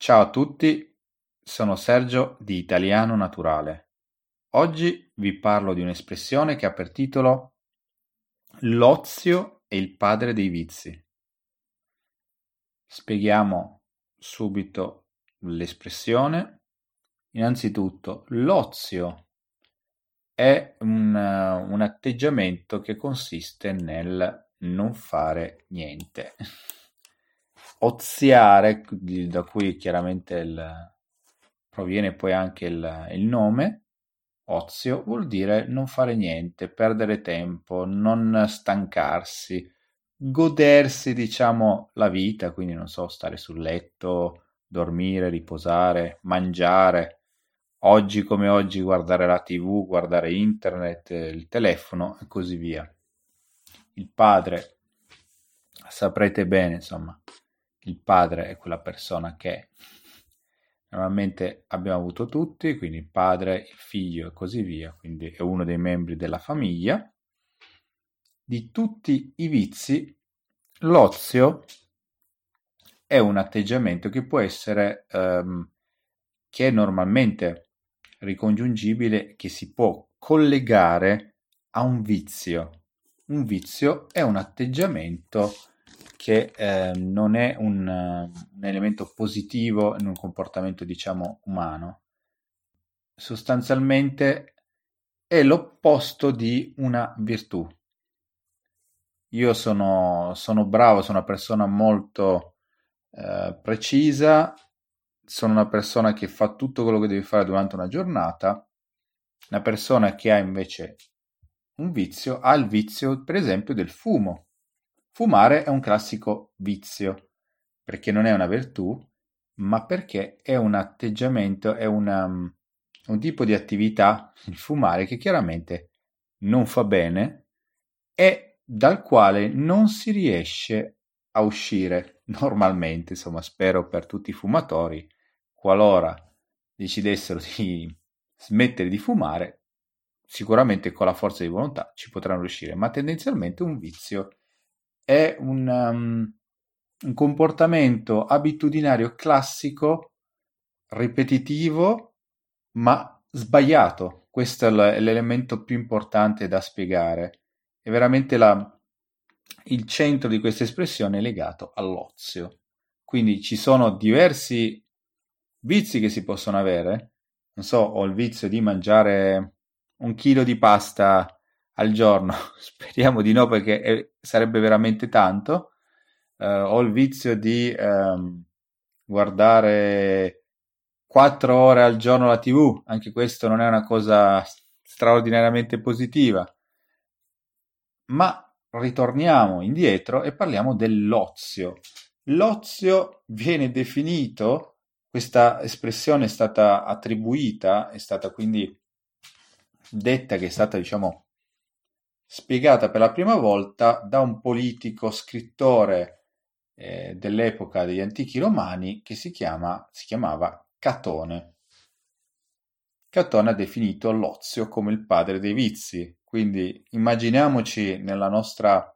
Ciao a tutti, sono Sergio di Italiano Naturale. Oggi vi parlo di un'espressione che ha per titolo L'ozio è il padre dei vizi. Spieghiamo subito l'espressione. Innanzitutto, l'ozio è un atteggiamento che consiste nel non fare niente. Oziare, da cui chiaramente proviene poi anche il nome, ozio, vuol dire non fare niente, perdere tempo, non stancarsi, godersi, diciamo, la vita, quindi non so, stare sul letto, dormire, riposare, mangiare. Oggi come oggi guardare la TV, guardare internet, il telefono e così via. Il padre, saprete bene, insomma, il padre è quella persona che normalmente abbiamo avuto tutti, quindi il padre, il figlio e così via, quindi è uno dei membri della famiglia. Di tutti i vizi, l'ozio è un atteggiamento che può essere, che è normalmente ricongiungibile, che si può collegare a un vizio. Un vizio è un atteggiamento che non è un elemento positivo in un comportamento, diciamo, umano. Sostanzialmente è l'opposto di una virtù. Io sono bravo, sono una persona molto precisa, sono una persona che fa tutto quello che deve fare durante una giornata. Una persona che ha invece un vizio, ha il vizio, per esempio, del fumo. Fumare è un classico vizio, perché non è una virtù, ma perché è un atteggiamento, è un tipo di attività, il fumare, che chiaramente non fa bene e dal quale non si riesce a uscire normalmente. Insomma, spero per tutti i fumatori, qualora decidessero di smettere di fumare, sicuramente con la forza di volontà ci potranno riuscire, ma tendenzialmente un vizio è un comportamento abitudinario classico, ripetitivo, ma sbagliato. Questo è l'elemento più importante da spiegare. È veramente il centro di questa espressione è legato all'ozio. Quindi ci sono diversi vizi che si possono avere. Non so, ho il vizio di mangiare 1 chilo di pasta al giorno. Speriamo di no perché sarebbe veramente tanto. Ho il vizio di guardare 4 ore al giorno la TV. Anche questo non è una cosa straordinariamente positiva. Ma ritorniamo indietro e parliamo dell'ozio. L'ozio viene definito, questa espressione è stata attribuita, è stata quindi detta, che è stata, diciamo, spiegata per la prima volta da un politico scrittore dell'epoca degli antichi romani che si chiamava Catone. Catone ha definito l'ozio come il padre dei vizi, quindi immaginiamoci nella nostra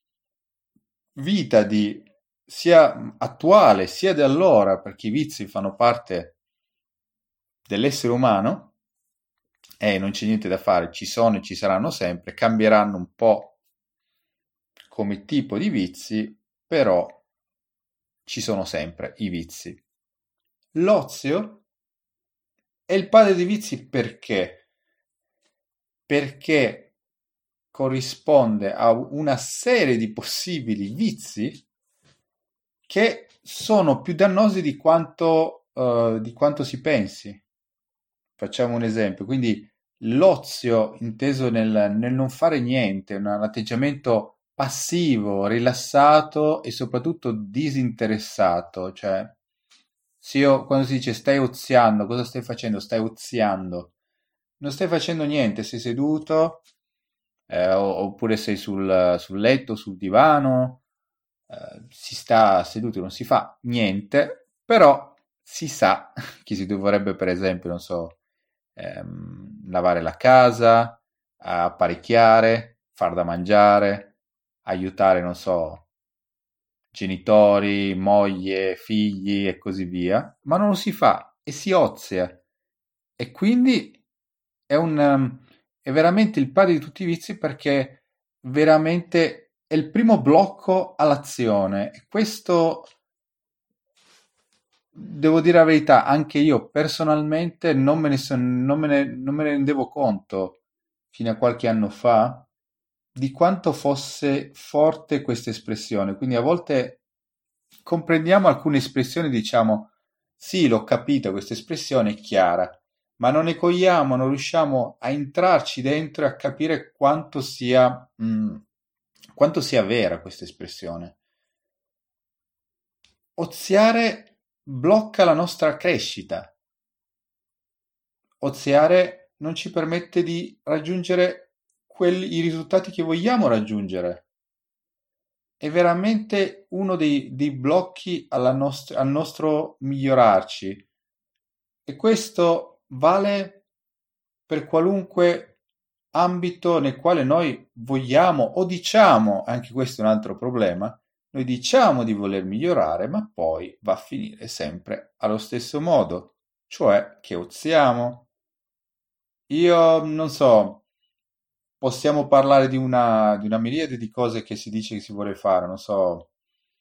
vita sia attuale sia di allora, perché i vizi fanno parte dell'essere umano e non c'è niente da fare, ci sono e ci saranno sempre, cambieranno un po' come tipo di vizi, però ci sono sempre i vizi. L'ozio è il padre dei vizi perché? Perché corrisponde a una serie di possibili vizi che sono più dannosi di quanto si pensi. Facciamo un esempio, quindi l'ozio inteso nel non fare niente, un atteggiamento passivo, rilassato e soprattutto disinteressato, cioè se io, quando si dice stai oziando, cosa stai facendo? Stai oziando. Non stai facendo niente, sei seduto, oppure sei sul letto, sul divano, si sta seduti, non si fa niente, però si sa che si dovrebbe, per esempio, non so, lavare la casa, apparecchiare, far da mangiare, aiutare, non so, genitori, moglie, figli e così via, ma non lo si fa e si ozia. E quindi è veramente il padre di tutti i vizi perché veramente è il primo blocco all'azione. E questo, devo dire la verità, anche io personalmente non me ne rendevo conto fino a qualche anno fa di quanto fosse forte questa espressione. Quindi a volte comprendiamo alcune espressioni, diciamo, sì, l'ho capita, questa espressione è chiara, ma non ne cogliamo, non riusciamo a entrarci dentro e a capire quanto sia vera questa espressione. Oziare blocca la nostra crescita. Oziare non ci permette di raggiungere i risultati che vogliamo raggiungere. È veramente uno dei blocchi al nostro migliorarci. E questo vale per qualunque ambito nel quale noi vogliamo o diciamo, anche questo è un altro problema, noi diciamo di voler migliorare, ma poi va a finire sempre allo stesso modo, cioè che oziamo. Io non so, possiamo parlare di una miriade di cose che si dice che si vuole fare, non so.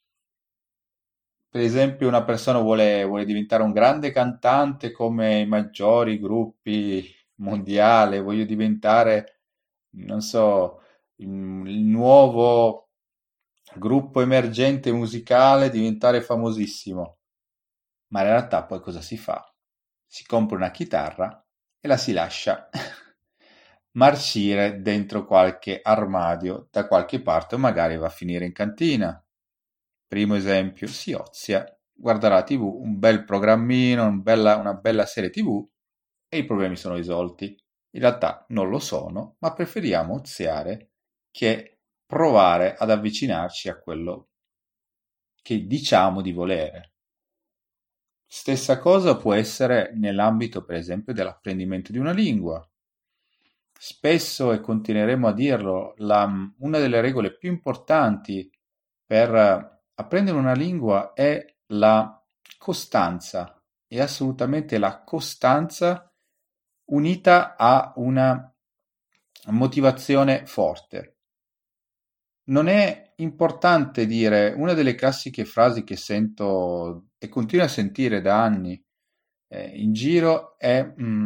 Per esempio, una persona vuole diventare un grande cantante come i maggiori gruppi mondiali, voglio diventare, non so, il nuovo gruppo emergente musicale, diventare famosissimo. Ma in realtà poi cosa si fa? Si compra una chitarra e la si lascia marcire dentro qualche armadio da qualche parte o magari va a finire in cantina. Primo esempio, si ozia, guarda la TV, un bel programmino, una bella serie TV e i problemi sono risolti. In realtà non lo sono, ma preferiamo oziare che provare ad avvicinarci a quello che diciamo di volere. Stessa cosa può essere nell'ambito, per esempio, dell'apprendimento di una lingua. Spesso, e continueremo a dirlo, una delle regole più importanti per apprendere una lingua è la costanza, è assolutamente la costanza unita a una motivazione forte. Non è importante dire una delle classiche frasi che sento e continuo a sentire da anni in giro è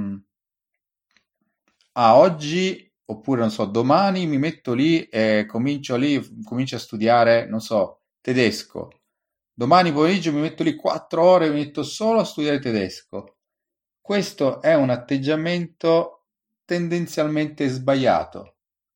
oggi oppure non so, domani mi metto lì e comincio a studiare, non so, tedesco. Domani pomeriggio mi metto lì 4 ore e mi metto solo a studiare tedesco. Questo è un atteggiamento tendenzialmente sbagliato,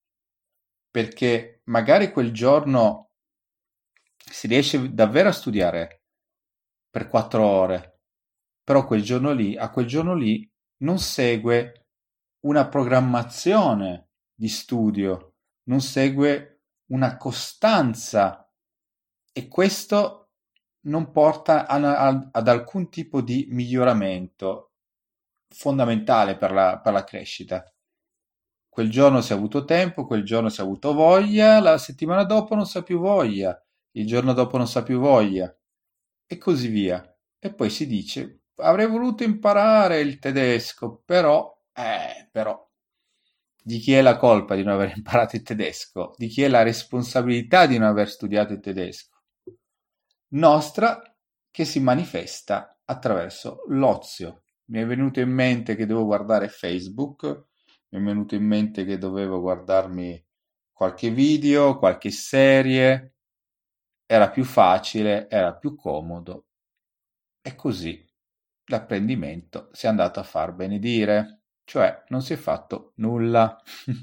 perché magari quel giorno si riesce davvero a studiare per 4 ore, però a quel giorno lì non segue una programmazione di studio, non segue una costanza e questo non porta ad alcun tipo di miglioramento fondamentale per la crescita. Quel giorno si è avuto tempo, quel giorno si è avuto voglia, la settimana dopo non sa più voglia, il giorno dopo non sa più voglia e così via. E poi si dice, avrei voluto imparare il tedesco, però, di chi è la colpa di non aver imparato il tedesco? Di chi è la responsabilità di non aver studiato il tedesco? Nostra, che si manifesta attraverso l'ozio. Mi è venuto in mente che devo guardare Facebook, mi è venuto in mente che dovevo guardarmi qualche video, qualche serie, era più facile, era più comodo e così l'apprendimento si è andato a far benedire, cioè non si è fatto nulla.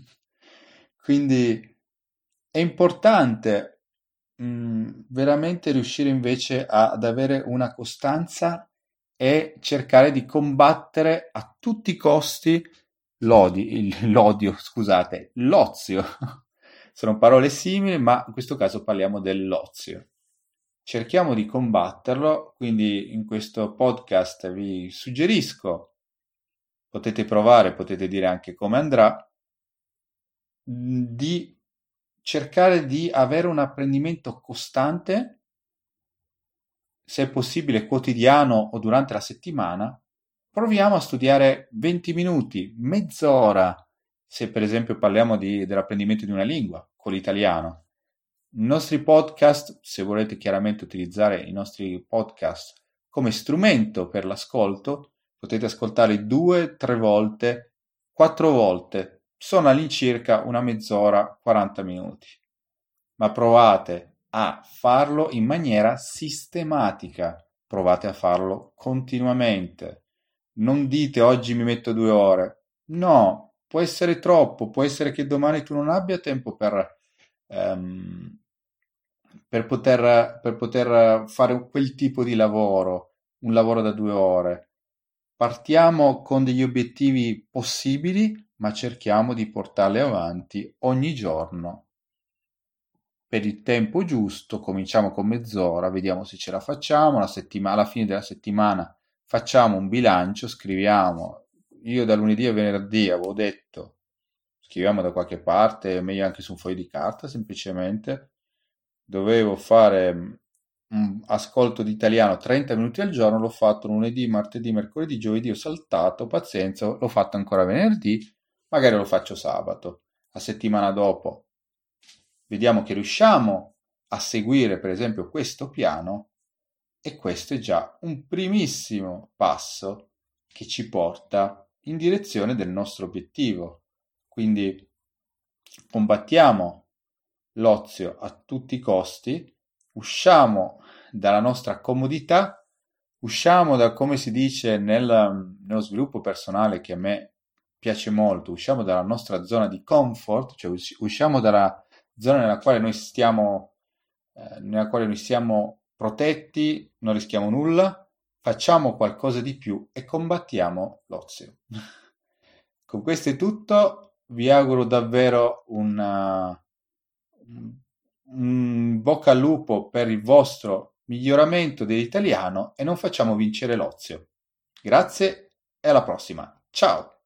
Quindi è importante veramente riuscire invece ad avere una costanza e cercare di combattere a tutti i costi l'odio, scusate, l'ozio. Sono parole simili, ma in questo caso parliamo dell'ozio. Cerchiamo di combatterlo, quindi in questo podcast vi suggerisco, potete provare, potete dire anche come andrà, di cercare di avere un apprendimento costante se è possibile quotidiano o durante la settimana, proviamo a studiare 20 minuti, mezz'ora, se per esempio parliamo dell'apprendimento di una lingua, con l'italiano. I nostri podcast, se volete chiaramente utilizzare i nostri podcast come strumento per l'ascolto, potete ascoltarli 2, 3 volte, 4 volte. Sono all'incirca una mezz'ora, 40 minuti. Ma provate a farlo in maniera sistematica, provate a farlo continuamente. Non dite oggi mi metto 2 ore. No, può essere troppo, può essere che domani tu non abbia tempo ehm, per poter fare quel tipo di lavoro, un lavoro da 2 ore. Partiamo con degli obiettivi possibili, ma cerchiamo di portarli avanti ogni giorno per il tempo giusto. Cominciamo con mezz'ora, vediamo se ce la facciamo. Alla fine della settimana facciamo un bilancio, scriviamo. Io da lunedì a venerdì avevo detto, scriviamo da qualche parte, meglio anche su un foglio di carta, semplicemente. Dovevo fare un ascolto di italiano 30 minuti al giorno, l'ho fatto lunedì, martedì, mercoledì, giovedì, ho saltato, pazienza, l'ho fatto ancora venerdì, magari lo faccio sabato. La settimana dopo vediamo che riusciamo a seguire per esempio questo piano, e questo è già un primissimo passo che ci porta in direzione del nostro obiettivo. Quindi combattiamo l'ozio a tutti i costi, usciamo dalla nostra comodità, usciamo da, come si dice nello sviluppo personale, che a me piace molto, usciamo dalla nostra zona di comfort, cioè usciamo dalla zona nella quale noi siamo protetti, non rischiamo nulla, facciamo qualcosa di più e combattiamo l'ozio. Con questo è tutto, vi auguro davvero un bocca al lupo per il vostro miglioramento dell'italiano, e non facciamo vincere l'ozio. Grazie e alla prossima. Ciao!